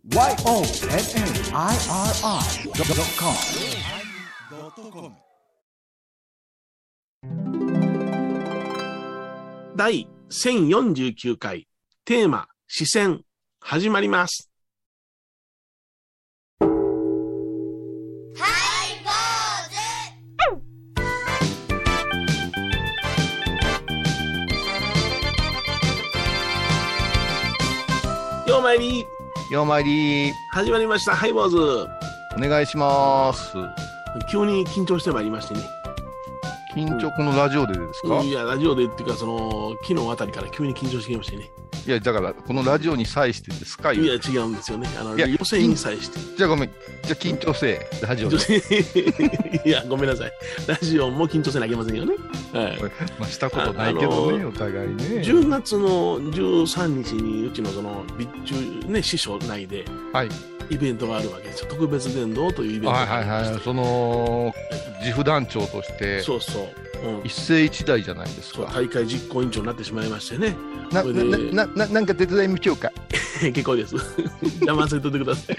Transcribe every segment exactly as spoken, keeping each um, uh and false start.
ワイオーエヌエヌアイアールアイドットコム第せんよんじゅうきゅう回テーマ視線始まります。ようまいりようまいり始まりました。ハイボーズお願いします。 急に緊張してまいりましてね。 緊張、このラジオでですか？ いや、ラジオでっていうか、その昨日あたりから急に緊張してきましてね。 いや、だからこのラジオに際してですか？ いや、違うんですよね。あの予選に際して。 じゃあごめん、じゃあ緊張せえ、ラジオで。 いや、ごめんなさい。ラジオも緊張せなきゃいけませんよね。はい。 まあ、したことないけどね、お互いね。 じゅうがつのじゅうさんにちにうちのその備中ね、師匠内で、はい、イベントがあるわけですよ。特別伝道というイベントがありまして、はいはいはい、 その自負団長としてそうそう、うん、一世一代じゃないですか。 大会実行委員長になってしまいましてね。 な、な、な、な、なんか手伝いましょうか。 結構です。邪魔せといてください。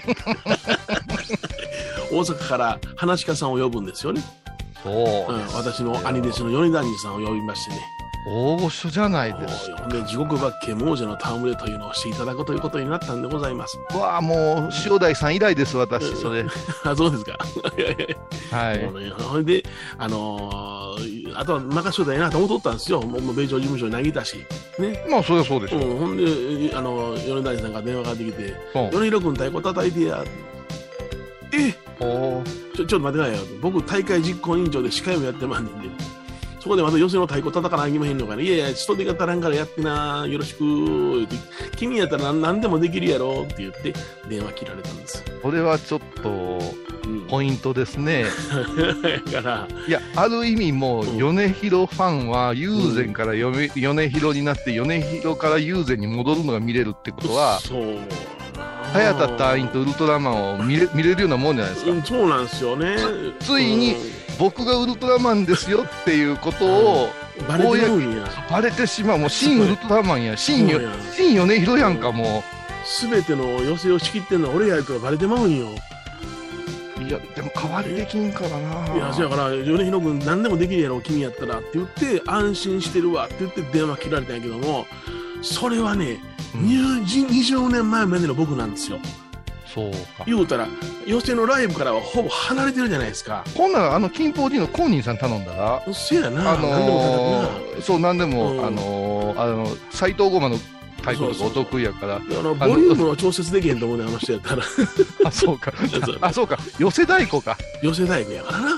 大阪から話し家さんを呼ぶんですよね。そう、うん、私の兄弟子の米團次さんを呼びましてね。 大御所じゃないですか。 で、地獄化け亡者の戯れというのをしていただくということになったんでございます。 わあ、もう塩大さん以来です、私それ。 あ、そうですか。 はい。 それで、あのー、あとは任しといたらいいなと思っとったんですよ。もう米朝事務所に投げたし、ね。 まあそりゃそうでしょう。 うん、ほんで、あの米團次さんが電話かかってきて、米広君太鼓叩いてや。え、おちょ、ちょっと待ってないよ。僕大会実行委員長で司会もやってまんねんで。そこでまた寄せの太鼓叩かなあきまへんのかね。いやいや、人手が足らんからやってな、よろしく言って、君やったら何でもできるやろって言って電話切られたんです。 これはちょっとポイントですね。 うん、だからいや、ある意味もう、うん、米広ファンは友禅から米広になって米広から友禅に戻るのが見れるってことは、そう早田隊員とウルトラマンを見れ、見れるようなもんじゃないですか。 うん、そうなんですよね。 つ, ついに、うん、僕がウルトラマンですよっていうことを、 うん、バレてるんや。 バレてしまう。もう新ウルトラマンや、新よ、新米広やんか、もう。すべての寄せを仕切ってんのは俺やるからバレてまうんよ。 いや、でも代わりできんからな。 いや、だから、米広君何でもできるやろ、君やったらって言って、安心してるわって言って電話切られたんやけども、それはね、うん、にじゅうねんまえまでの僕なんですよ。 そうか。 言うたら、寄せのライブからはほぼ離れてるじゃないですか。 こんなら、あの、金峰寺の公認さん頼んだら、 そやな、 あのー、そう、なんでも、うん、あのー、あの、斎藤ごまの太鼓とかお得意やから。 そうそうそう、あの、ボリュームの調節できへんと思うね、あの人やったら。 あ、そうか。あ、そうか。寄せ太鼓か。 寄せ太鼓やからな。うん。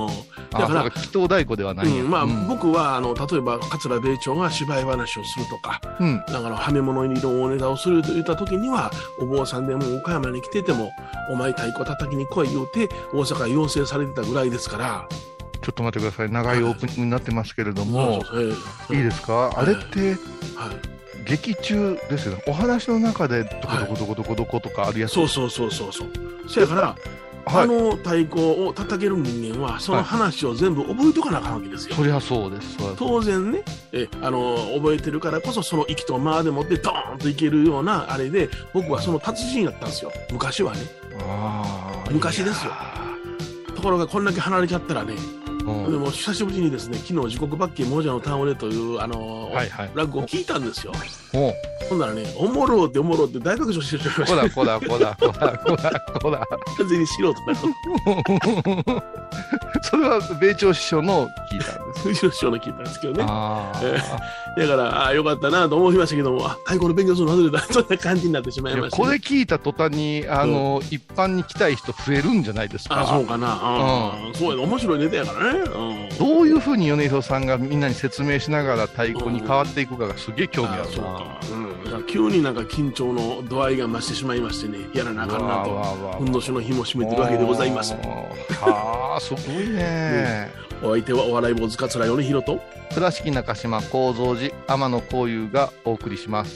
だから、祈祷太鼓ではないんや。 うん、まあ、うん、僕は、あの、例えば、桂米朝が芝居話をするとか、うん、だから、はめ物入りの大ネタをすると言った時には、お坊さんでも岡山に来てても、お前太鼓叩きに来い言うて、大阪要請されてたぐらいですから。 ちょっと待ってください。長いオープニングになってますけれども、はい、いいですか、はい、あれって、はい、劇中ですよね。お話の中でどこどこどこどこどことかあるやつ、はい、そうそうそうそうそう。そやから、はい、あの太鼓を叩ける人間はその話を全部覚えとかなあかんわけですよ。そりゃそうです。 当然ね、えあの覚えてるからこそその息と間でもってドーンといけるようなあれで、僕はその達人だったんですよ。昔はね。あ昔ですよ。ところがこんだけ離れちゃったらね。うん、でも久しぶりにですね、昨日時刻バッキー亡者の戯れというあのーはいはい、落語を聞いたんですよ。ほんならね、おもろうっておもろうって大爆笑してしまいました。 こだこだこだこだこだこだ。 完全に素人だと。 それは米朝師匠の聞いたんです。 米朝師匠の聞いたんですけどね。あだから、あよかったなと思いましたけども、あ太鼓の勉強するの忘れた、そんな感じになってしまいました、ね。 これ聞いた途端に、あの、うん、一般に来たい人増えるんじゃないですか。 あ、そうかな。うん、そうやね、面白いネタやからね。 うん、どういうふうに米広さんがみんなに説明しながら太鼓に変わっていくかがすげえ興味あるな。うん、そうか。 うん、急になんか緊張の度合いが増してしまいましてね、やらなあかんなと、ふんどしの紐を締めてるわけでございます。 はあ、すごいね。 うん、お相手はお笑い坊主桂米広と倉敷中島幸三寺天野幸雄がお送りします。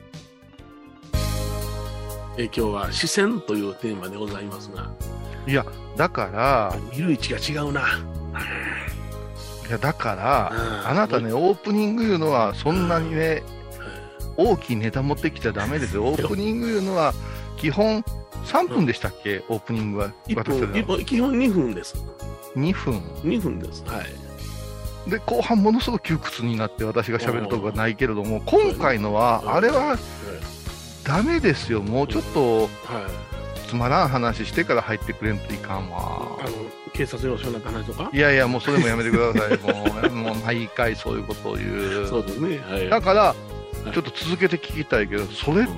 え今日は視線というテーマでございますが、 いやだから見る位置が違うな。 いやだから、うん、あなたねオープニングいうのはそんなにね、うん、大きいネタ持ってきちゃダメですよ。オープニングいうのは基本さんぷんでしたっけ、うん、オープニングは。 いっぷん、いっぷん基本にふんです。 にふん ? に 分です。はい。 で、後半ものすごく窮屈になって私が喋るとこがないけれども、今回のは、あれはダメですよ。もうちょっと、つまらん話してから入ってくれんといかんわ。 あの警察にお世話になった話とか。 いやいや、もうそれもやめてください。もう、もう毎回そういうことを言う。 そうですね。はい、 だから、ちょっと続けて聞きたいけど、それって、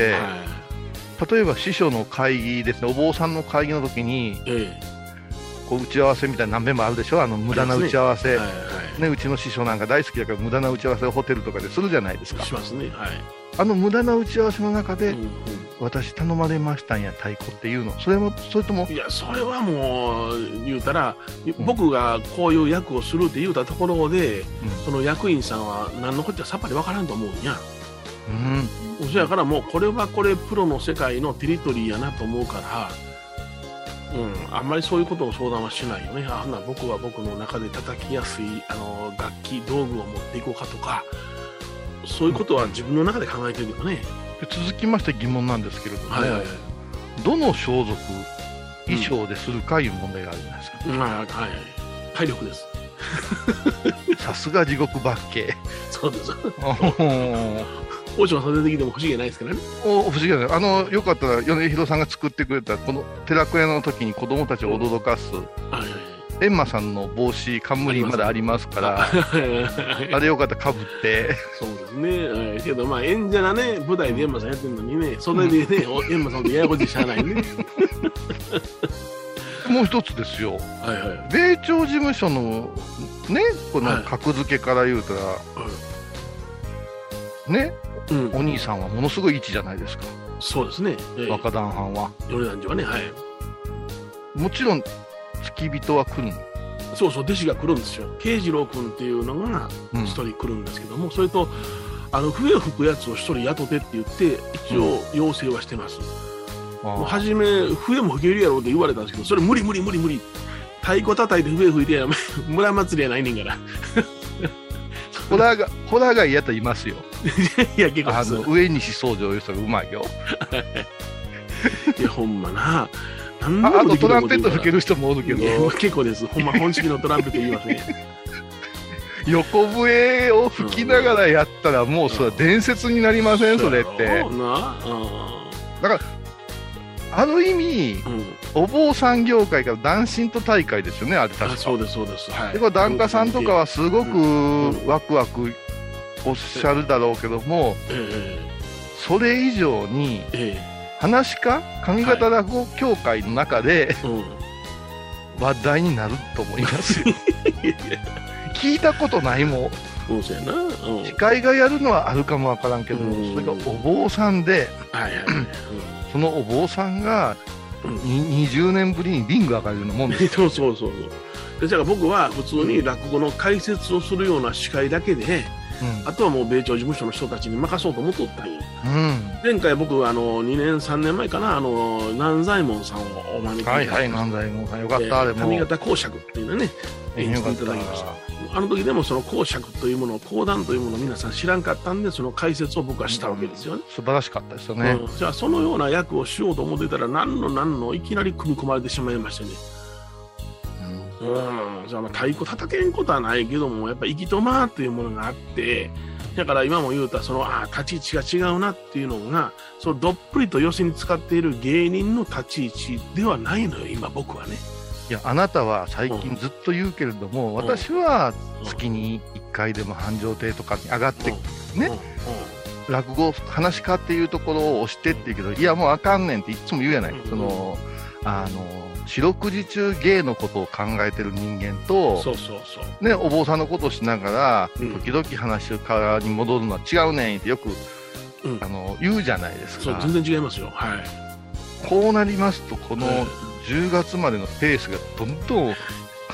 はい、例えば師匠の会議ですね、お坊さんの会議の時に、ええ、こう打ち合わせみたいな何遍もあるでしょ、あの無駄な打ち合わせ、ねはいはいね、うちの師匠なんか大好きだから無駄な打ち合わせをホテルとかでするじゃないですか。 しますね、はい、 あの無駄な打ち合わせの中で、うんうん、私頼まれましたんや太鼓っていうの、それもそれとも、 いやそれはもう言うたら、うん、僕がこういう役をするって言うたところで、うん、その役員さんは何のこっちゃさっぱりわからんと思うんや。うん、そやからもうこれはこれプロの世界のテリトリーやなと思うから。うん、あんまりそういうことを相談はしないよね。あんな僕は僕の中で叩きやすいあの楽器道具を持っていこうかとか、そういうことは自分の中で考えてるけどね。 で続きまして疑問なんですけれども、はいはいはい、どの装束衣装でするかいう問題があるじゃないですか、 うんはいはい、体力です。 さすが地獄バッケ。 そうです。王将さん出てきても不思議ないですからね。 お不思議ない。あのよかったら米広さんが作ってくれたこの寺子屋の時に子供たちを驚かす、うんはいはい、閻魔さんの帽子冠まだありますからあれよかったらかぶって。 そうですね、はい、けどまあ演者がね舞台で閻魔さんやってるのにね、それでね、うん、閻魔さんってややこしいしゃあないね。 もう一つですよ、はいはい、米朝事務所のねこの格付けから言うたら、はいねうん、お兄さんはものすごい位置じゃないですか。 そうですね、 えー、若旦藩は米團次はね、はい、 もちろん付き人は来るの。 そうそう、弟子が来るんですよ。慶次郎君っていうのが一人来るんですけども、うん、それとあの笛を吹くやつを一人雇ってって言って一応要請はしてます、うん、もう初め笛も吹けるやろうって言われたんですけど、それ無理無理無理無理、太鼓叩いて笛吹いてや村祭りやないねんから。 ホラーが、ホラーが嫌と言いますよ。 いや、結構あの、上西宗場いう人がうまいよ。 いや、ほんまな。 何でもできること言うから。あ、あとトランペット吹ける人もおるけど。 結構です。ほんま、本式のトランペット言いますね。 横笛を吹きながらやったら、もうそれは伝説になりません、それって。そうな。だから、ある意味、うん、お坊さん業界からダンシント大会ですよね、あれ確か。 そうですそうです。はい、 でこれ檀家さんとかはすごくワクワクおっしゃるだろうけども、ええ、それ以上に、ええ、話家上方落語協会の中で、はいうん、話題になると思いますよ。聞いたことないもん。 そうやな、うん、 司会がやるのはあるかもわからんけども、うん、それがお坊さんで、はいはいはいうんそのお坊さんが、うん、にじゅうねんぶりにリング上がるようなもんです。 そうそうそうそう。だから僕は普通に落語の解説をするような司会だけで、うん、あとはもう米朝事務所の人たちに任そうと思っとったんよ。うん、前回僕あのにねんさんねんまえかなあの南左衛門さんをお招きして、 はいはい南左衛門さんよかったあれも上方講釈っていうのね演じていただきました。あの時でもその講釈というもの講談というものを皆さん知らんかったんでその解説を僕はしたわけですよね、 うん、素晴らしかったですよね、 うん、じゃあそのような役をしようと思ってたら何の何のいきなり組み込まれてしまいましてねうん、うん、じゃあまあ太鼓叩けんことはないけどもやっぱり息と間っていうものがあってだから今も言うたそのあ立ち位置が違うなっていうのがそのどっぷりと寄せに使っている芸人の立ち位置ではないのよ今僕はね。 いやあなたは最近ずっと言うけれども、うん、私は月にいっかいでも繁盛亭とかに上がってね、うんうん、落語話し家っていうところを押してって言うけどいやもうあかんねんっていつも言うやない、うん、そのあの四六時中芸のことを考えてる人間とそうそうそう、 ね、お坊さんのことをしながら、うん、時々話からに戻るのは違うねんってよく、うん、あの言うじゃないですか。 そう全然違いますよ、はい、 こうなりますとこのじゅうがつまでのペースがどんどん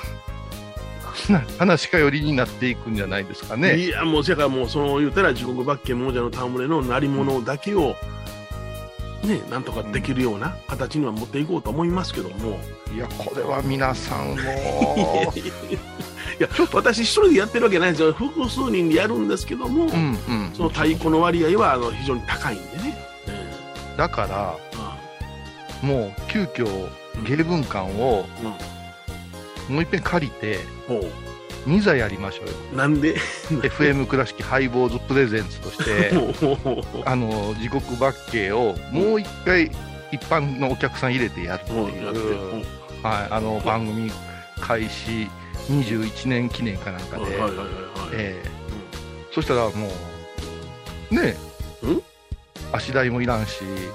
話し家寄りになっていくんじゃないですかね。 いやもうせやからもうその言うたら地獄バッケン亡者の戯れの鳴り物だけを、うん、ねなんとかできるような形には持っていこうと思いますけども、 いやこれは皆さんもいやちょっと私一人でやってるわけないんですよ。複数人でやるんですけども、うんうん、その太鼓の割合はあの非常に高いんでね、 うん、だから、うんもう急遽芸文館をもう一遍借りて、に座やりましょうよ。 なんでエフエム 倉敷ハイボーズプレゼンツとしてあの地獄バッケをもう一回一般のお客さん入れてやるっていう、はい、あの番組開始にじゅういちねん記念かなんかで、えー、そしたらもうねえ足代もいらんし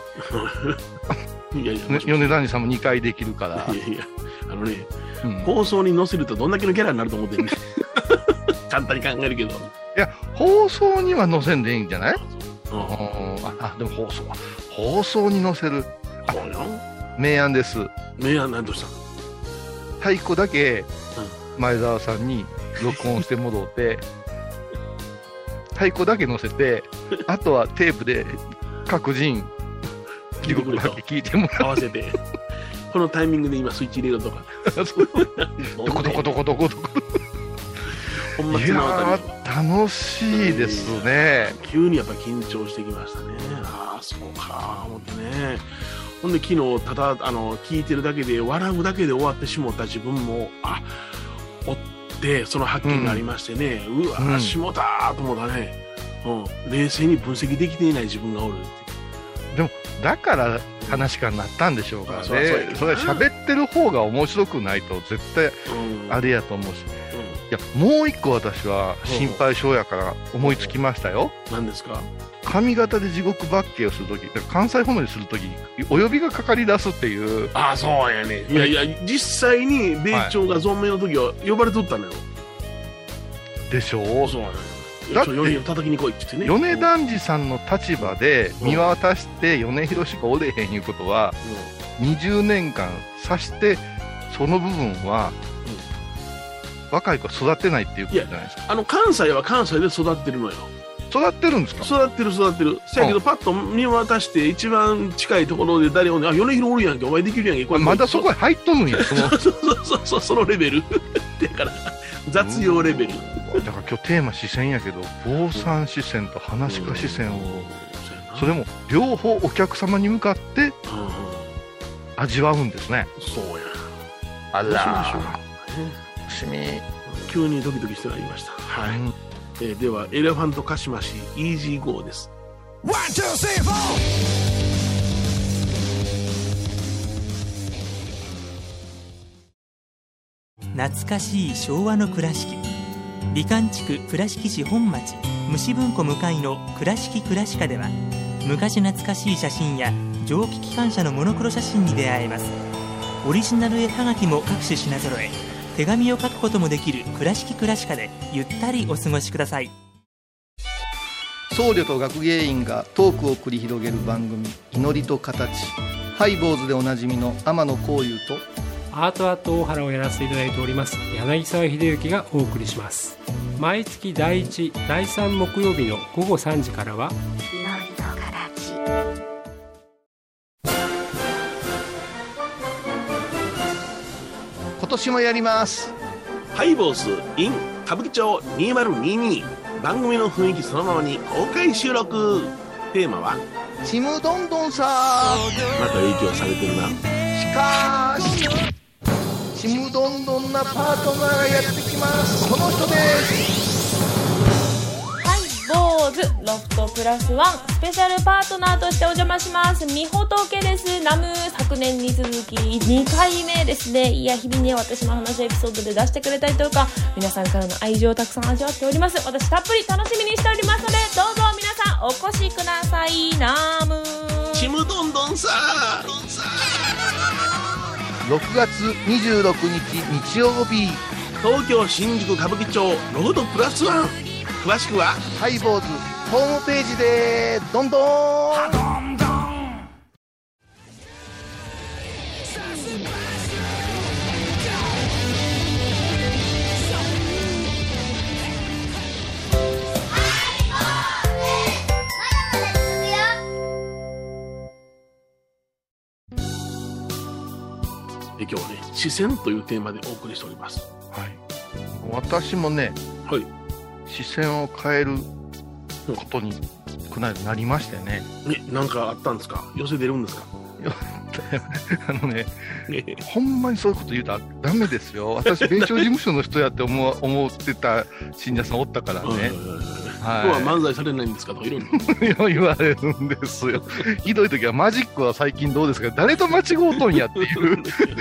いやいや米谷さんもにかいできるから。 いやいやあのね、うん、放送に載せるとどんだけのキャラになると思ってるね簡単に考えるけど、いや放送には載せんでいいんじゃない？うん、ああでも放送放送に載せるそうよ。明暗です。 明暗何としたの？ 太鼓だけ前澤さんに録音して戻って太鼓だけ載せてあとはテープで各人地獄だけ聞いてもらう、 合わせてこのタイミングで今スイッチ入れろとかどこどこどこどこどこほんま綱渡り楽しいですね。 急にやっぱ緊張してきましたね。ああそうか思ってね。ほんで昨日ただあの聞いてるだけで笑うだけで終わってしもった自分もあおってその発見がありましてね、うん、うわ、うん、しもたーと思ったね、うん、冷静に分析できていない自分がおるって。 でもだから話がなったんでしょうからね。それ喋ってる方が面白くないと絶対あれやと思うし、うんうん、いやもう一個私は心配性やから思いつきましたよ。 何ですか？ 髪型で地獄バッケをするとき、関西方面にするときお呼びがかかり出すっていう。 ああそうやね。いやいや実際に米朝が存命の時は呼ばれとったのよ、はい、でしょう。そうやね。だって米叩きに来いって言ってね、 米團次さんの立場で見渡して米広しかおれへんいうことは、うん、にじゅうねんかんさしてその部分は、うん、若い子育ってないっていうことじゃないですか。 あの関西は関西で育ってるのよ。 育ってるんですか？ 育ってる育ってる。せやけど、うん、パッと見渡して一番近いところで誰をね、あ米広おるやんけ、お前できるやんけ、 これまだそこへ入っとるんや。そのそうそうそうそのレベルだから雑用レベル。 だから今日テーマ視線やけど坊さん視線と話し家視線を、それも両方お客様に向かって味わうんですね。 そうや。 あら楽しみ。 急にドキドキしてまいりました。はい、うん、えー、ではエレファントカシマシイージーゴーです。ワンツースリーフォー。懐かしい昭和の倉敷、美観地区倉敷市本町虫文庫向かいの倉敷倉歯科では、昔懐かしい写真や蒸気機関車のモノクロ写真に出会えます。オリジナル絵はがきも各種品揃え、手紙を書くこともできる倉敷倉歯科でゆったりお過ごしください。 僧侶と学芸員がトークを繰り広げる番組、祈りと形。ハイボーズでおなじみの天野幸雄とアートアート大原をやらせていただいております柳沢秀幸がお送りします。毎月だいいち、だいさん木曜日のごごさんじからは祈りと形。 今年もやります。 ハイボーズ in 歌舞伎町にせんにじゅうに。番組の雰囲気そのままに公開収録。テーマはちむどんどんさ。 また影響されてるな。 しかしちむどんどんなパートナーがやってきます。この人です。 ハイボーズロフトプラスワンスペシャルパートナーとしてお邪魔します。みほとけです。ナム昨年に続きにかいめですね。いや日々ね、私の話エピソードで出してくれたりとか、皆さんからの愛情をたくさん味わっております。私たっぷり楽しみにしておりますので、どうぞ皆さんお越しください。ナムちむどんどんさろくがつにじゅうろくにち日曜日、 東京新宿歌舞伎町ロフトプラスワン。詳しくはハイボーズホームページでどんどん。 今日はね、視線というテーマでお送りしております。 はい。私もね、 はい、 視線を変えることにこの間なりましてね。 ね、なんかあったんですか？寄せ出るんですか？ あのね、ほんまにそういうこと言うたらダメですよ。私、米朝事務所の人やって思う思ってた信者さんおったからね。はい。 今日は漫才されないんですかとかいろいろ言われるんですよ。ひどい時はマジックは最近どうですか、誰と間違うとんやっていう。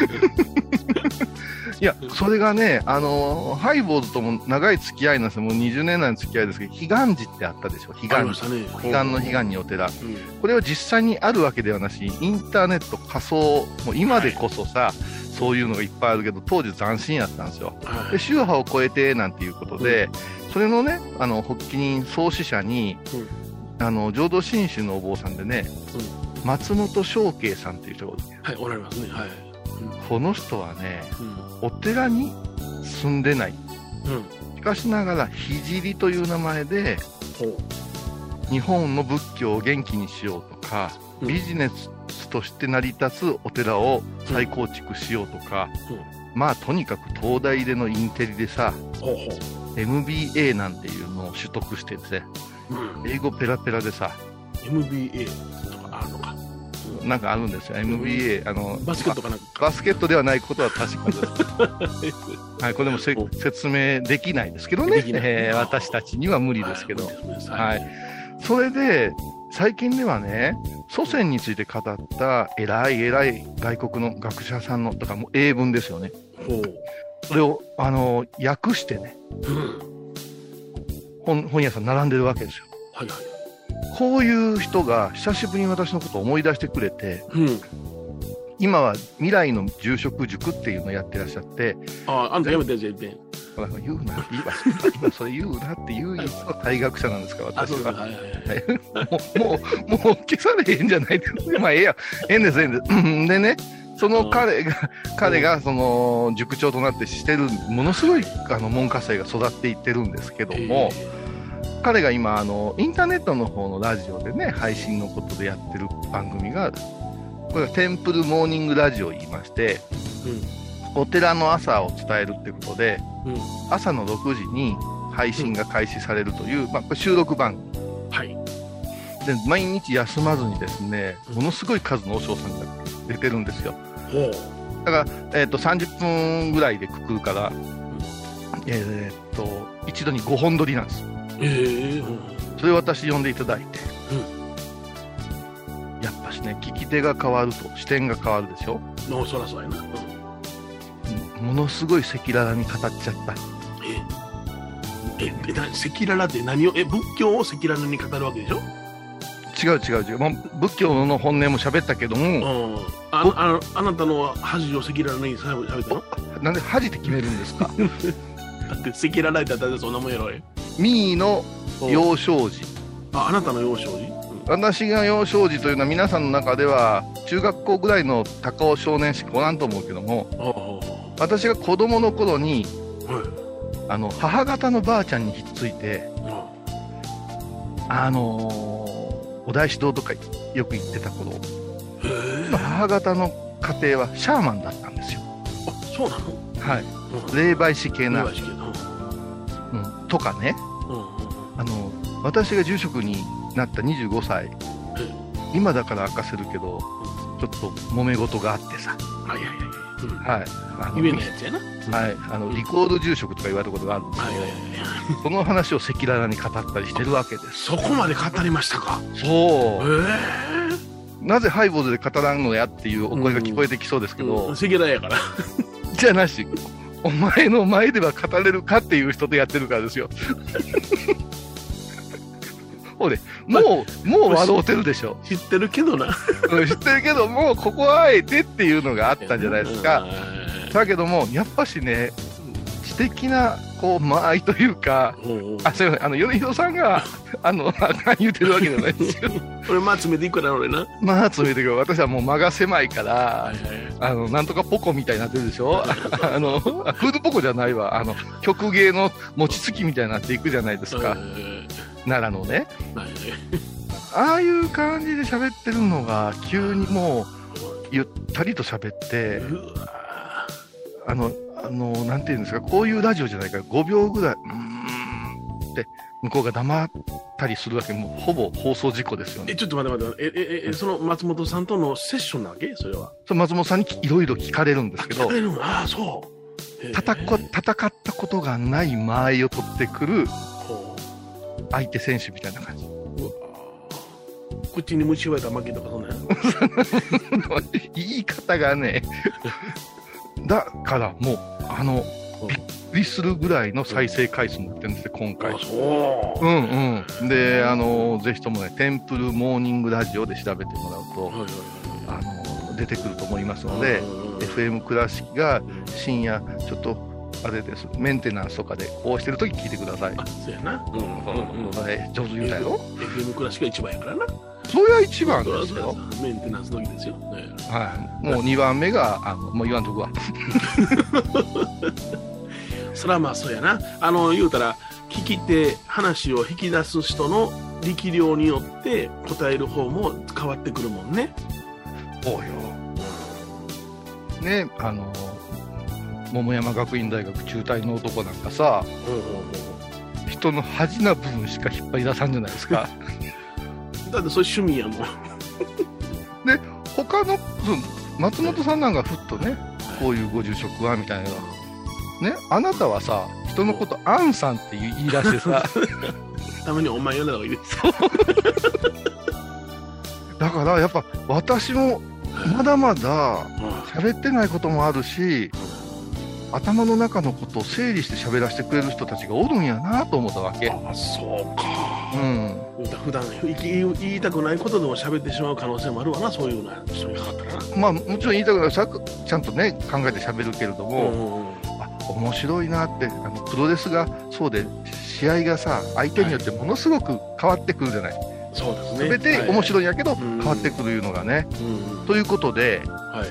いや、それがね、あのハイボーズとも長い付き合いなんですよ。もうにじゅうねん来の付き合いですけど、彼岸寺ってあったでしょ。彼岸寺、ね、彼岸の彼岸にお寺、うん、これは実際にあるわけではなし、インターネット仮想、もう今でこそさ、はい、そういうのがいっぱいあるけど、当時斬新やったんですよ。はい、で宗派を超えてなんていうことで、うん、それのね、あの発起人創始者に、うん、あの浄土真宗のお坊さんでね、うん、松本正慶さんっていう人がおる、 はい、おられますね。はい。 この人はね、うん、お寺に住んでない、うん、しかしながら聖という名前で日本の仏教を元気にしようとか、うん、ビジネスとして成り立つお寺を再構築しようとか、うんうん、まあとにかく東大でのインテリでさ、うん、エムビーエー なんていうのを取得してですね、うん、英語ペラペラでさエムビーエー とかあるのかなんかあるんですよ、エムビーエー、あのバスケットかなんかバスケットではないことは確かです、はい、これもせ説明できないですけどね、えー、私たちには無理ですけど、はいはい、それで最近ではね、祖先について語った偉い偉い外国の学者さんのとかも英文ですよね、それをあの訳してね、うん、本, 本屋さん並んでるわけですよ。はいはい。こういう人が久しぶりに私のことを思い出してくれて、うん、今は未来の住職塾っていうのをやってらっしゃって、 ああ、あんたやめてじゃん、言うな、今それ言うなって言う退学者なんですか、私は。はいはい、もう、もう、もう消されへんじゃないですか。まあ、ええや、ええんです、ええんです。でね、その彼が、彼がその塾長となってしてる、ものすごいあの門下生が育っていってるんですけども、えー彼が今あのインターネットの方のラジオでね配信のことでやってる番組がこれがテンプルモーニングラジオ言いまして、うん、お寺の朝を伝えるってことで、うん、朝のろくじに配信が開始されるという、うんまあ、これ収録番組、はい、で毎日休まずにですねものすごい数の和尚さんが出てるんですよ。だから、えー、とさんじゅっぷんぐらいでくくるから、うん、えー、と一度にごほん撮りなんです。えーうん、それを私呼んでいただいて、うん、やっぱしね聞き手が変わると視点が変わるでしょ。 のそらそうやな、 うん、ものすごい赤裸々に語っちゃった。 えええ赤裸々って何をえ仏教を赤裸々に語るわけでしょ。 違う違う違う、まあ、仏教の本音も喋ったけども、うん、 あ, あ, あなたの恥を赤裸々に喋ったの。 なんで恥って決めるんですか。 だって赤裸々だったらそんなもんやろ。 ミーの幼少時。 あ、あなたの幼少時、うん、 私が幼少時というのは皆さんの中では中学校ぐらいの高尾少年しかおらんと思うけども、私が子供の頃に、はい、あの母方のばあちゃんにひっついて、うん、あのー、お大師堂とかよく行ってた頃、母方の家庭はシャーマンだったんですよ。 あ、そうなの。 はい、うん、霊媒師系なうん、とかね、うんうんうん、あの私が住職になったにじゅうごさい、うん、今だから明かせるけど、うん、ちょっと揉め事があってさ、はいはいはい、うん、はい、あの夢のやつやな、 はい、あのリコール住職とか言われたことがあるんですけど、はいはいはい、その話を赤裸々に語ったりしてるわけです。 そこまで語りましたか。 そう、えー、なぜハイボーズで語らんのやっていうお声が聞こえてきそうですけど、 うんうん、赤裸々やからじゃなしお前の前では語れるかっていう人とやってるからですよ。ほれ、もう、もう笑うてるでしょ。 知ってるけどな。 知ってるけど、もうここはあえてっていうのがあったんじゃないですか。だけども、やっぱしね、知的な、こう、間合いというか、あ、すいません、あの、米広さんが、あの、あかん言うてるわけじゃないですよ。 俺、まあ、詰めていくから、俺な。 まあ、詰めていくから、私はもう間が狭いから、はいはい、あの、なんとかポコみたいになってるでしょ。あの、フードポコじゃないわ。あの、曲芸の餅つきみたいになっていくじゃないですか。奈良のね。はい、ああいう感じで喋ってるのが、急にもう、ゆったりと喋って、あの、あの、なんていうんですか、こういうラジオじゃないからごびょうぐらい、うーんって向こうが黙ったりするわけ、もうほぼ放送事故ですよね。 え、ちょっと待って待って、え、え、え、その松本さんとのセッションなわけそれは。 そ松本さんにいろいろ聞かれるんですけど、 聞かれるのああ、そう。 戦こ戦ったことがない間合いを取ってくる相手選手みたいな感じ。 口に虫はた負けとかそんな言い方がねだからもうあのびっくりするぐらいの再生回数になってるんですよ今回。 あ、そう。 うんうん。で、あのぜひともね、テンプルモーニングラジオで調べてもらうと、はいはいはい、あの出てくると思いますので、エフエム 倉敷が深夜ちょっとあれです、メンテナンスとかでこうしてるとき聞いてください。 あ、そうやな。うんうんうん。 上手言うたよ。 エフエム 倉敷が一番やからな。 それは一番ですよ。 メンテナンスの時ですよ。ね、 はい。もうにばんめがあのもう言わんとくわ。 それはまあそうやな。あの言うたら聞き手話を引き出す人の力量によって答える方も変わってくるもんね。 そうよ。ね、あの桃山学院大学中退の男なんかさ、うんうんうん、人の恥な部分しか引っ張り出さんじゃないですか。 だってそれ趣味やもん。 で他の松本さんなんかふっとね、こういうご住職はみたいなね、あなたはさ人のことアンさんって言い出してさたまにお前呼んだ方がいいです。 だからやっぱ私もまだまだ喋ってないこともあるし、頭の中のことを整理して喋らせてくれる人たちがおるんやなと思ったわけ。 あ、そうか。 うん。 普段言いたくないことでも喋ってしまう可能性もあるわな、そういうの人にかかったらな。 まあもちろん言いたくないさちゃんとね考えて喋るけれども、うん、あ面白いなって、あのプロレスがそうで試合がさ相手によってものすごく変わってくるじゃない。はい、 そうですね。 全て面白いんやけど、はい、変わってくるいうのがね。うんうん、ということで、はい、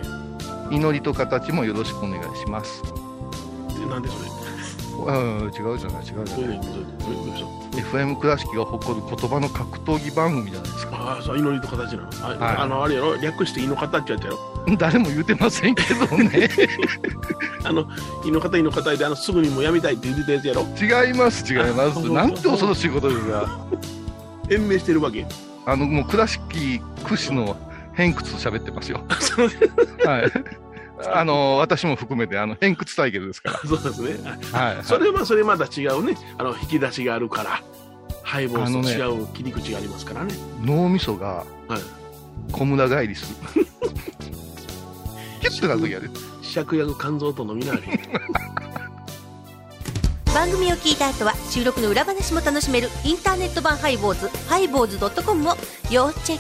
祈りと形もよろしくお願いします。 なんでそれ？ うん、違うじゃない違うじゃない。エフエム 倉敷が誇る言葉の格闘技番組じゃないですか。 ああ、そう、祈りと形なの。あ、はい、あのあれやろ、略していの形やったやろ。 誰も言うてませんけどね。 あのいの方いの方であのすぐにもやめたいって言ってたやつやろ。 違います違います。なんて恐ろしいことですが。 延命してるわけ。 あのもう倉敷屈指の偏屈喋ってますよ。はい。あの私も含めてあの偏屈対決ですから。 そうですね。はい、はい、それはそれまた違うね。あの引き出しがあるからハイボーズと違う切り口がありますからね。 脳みそが小村返りする。キュッとなる時ある。 芍薬肝臓と飲みながら。 番組を聞いた後は収録の裏話も楽しめるインターネット版ハイボーズハイボーズドットコムを要チェッ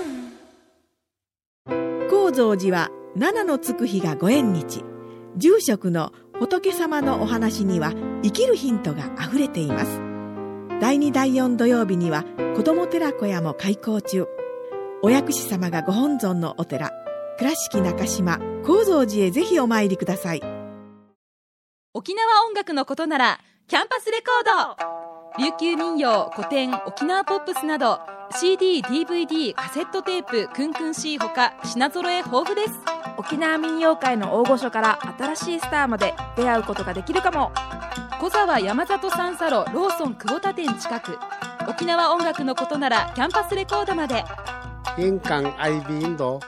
ク。 高蔵寺は七のつく日がご縁日。住職の仏様のお話には生きるヒントがあふれています。だいにだいよん土曜日には子ども寺小屋も開校中。お薬師様がご本尊のお寺倉敷中島・高蔵寺へぜひお参りください。 沖縄音楽のことならキャンパスレコード。琉球民謡、古典、沖縄ポップスなど シーディー、ディーブイディー、カセットテープ、クンクン C ほか品揃え豊富です。 沖縄民謡界の大御所から新しいスターまで出会うことができるかも。 小沢山里三佐路ローソン久保田店近く。沖縄音楽のことならキャンパスレコードまで。 印鑑アイビーインド。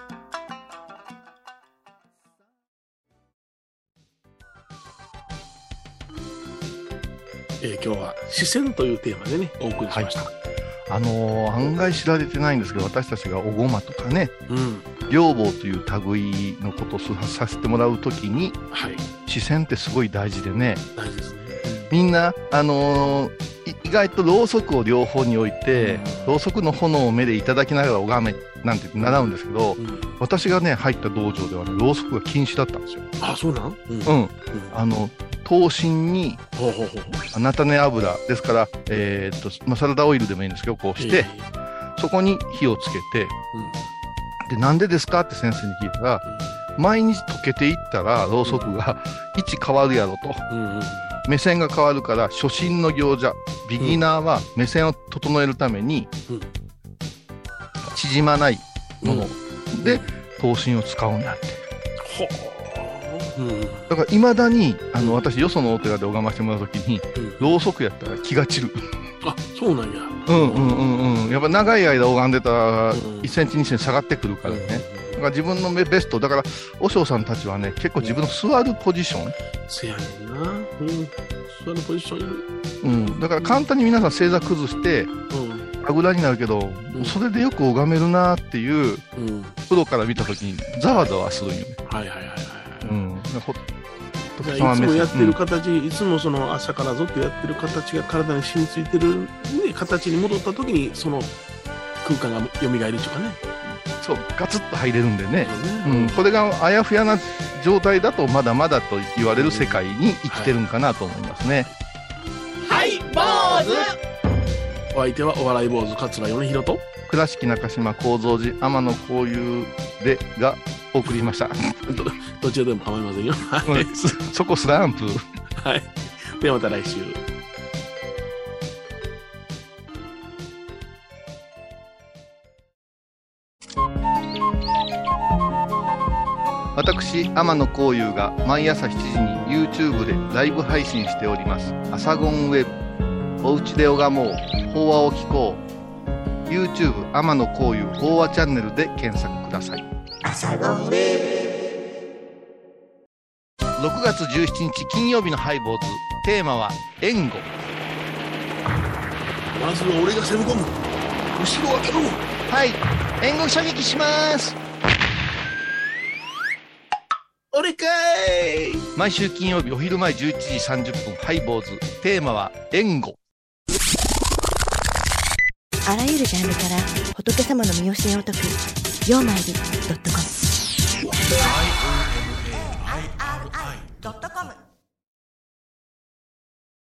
えー、今日は視線というテーマでねお送りしました。はい、 あのー、案外知られてないんですけど、私たちがおごまとかね、うん、両坊という類のことをさせてもらうときに、はい、視線ってすごい大事でね。 大事ですね。 みんな、あのー、意外とろうそくを両方に置いて、ろうそくの炎を目でいただきながら拝めなんて習うんですけど、うん、私がね入った道場ではねろうそくが禁止だったんですよ。 あ、そうなん？うん。 うん、あの刀身に菜種油ですから、えー、っとまあ、サラダオイルでもいいんですけどこうしてそこに火をつけて、うん、でなんでですかって先生に聞いたら、うん、毎日溶けていったらろうそくが位置変わるやろと、うんうん、目線が変わるから初心の行者ビギナーは目線を整えるために、うん、縮まないもので刀身を使うんだって。うん、だからいまだにあの私よそのお寺で拝ましてもらうときに、うん、ろうそくやったら気が散る。 あ、そうなんや。 うんうんうんうん。やっぱ長い間拝んでたいっセンチにセンチ下がってくるからね。だから自分のベスト、だから、和尚さんたちはね、結構自分の座るポジション。 せやねんな。うん。座るポジションいる。 うん。だから簡単に皆さん正座崩して、あぐらになるけど、うん、それでよく拝めるなっていう、うん、プロから見たときにざわざわするんよね。 はいはいはいはい。 うん。 いつもやってる形、うん、いつもその朝からずっとやってる形が体に染みついてる、ね、形に戻ったときにその空間が蘇るっていうかね。 そう、ガツッと入れるんでね。うんうん、これがあやふやな状態だとまだまだと言われる世界に生きてるんかなと思いますね。 はい、坊主。 お相手はお笑い坊主桂米宏と倉敷中島幸三寺天野幸雄でがお送りしましたど, どちらでも構いませんよそこスランプはい。ではまた来週。 私天野幸雄が毎朝しちじに YouTube でライブ配信しておりますアサゴンウェブ。おうちで拝もう法話を聞こう。 YouTube 天野幸雄法話チャンネルで検索ください。ろくがつじゅうしちにち金曜日のハイボーズ、テーマは援護。 まずは俺が攻め込む。後ろを開けろ。 はい、援護射撃します。 俺かい。 毎週金曜日お昼前じゅういちじさんじゅっぷんハイボーズ、テーマは援護。 あらゆるジャンルから仏様の身教えを説くようまいり .com ドットコム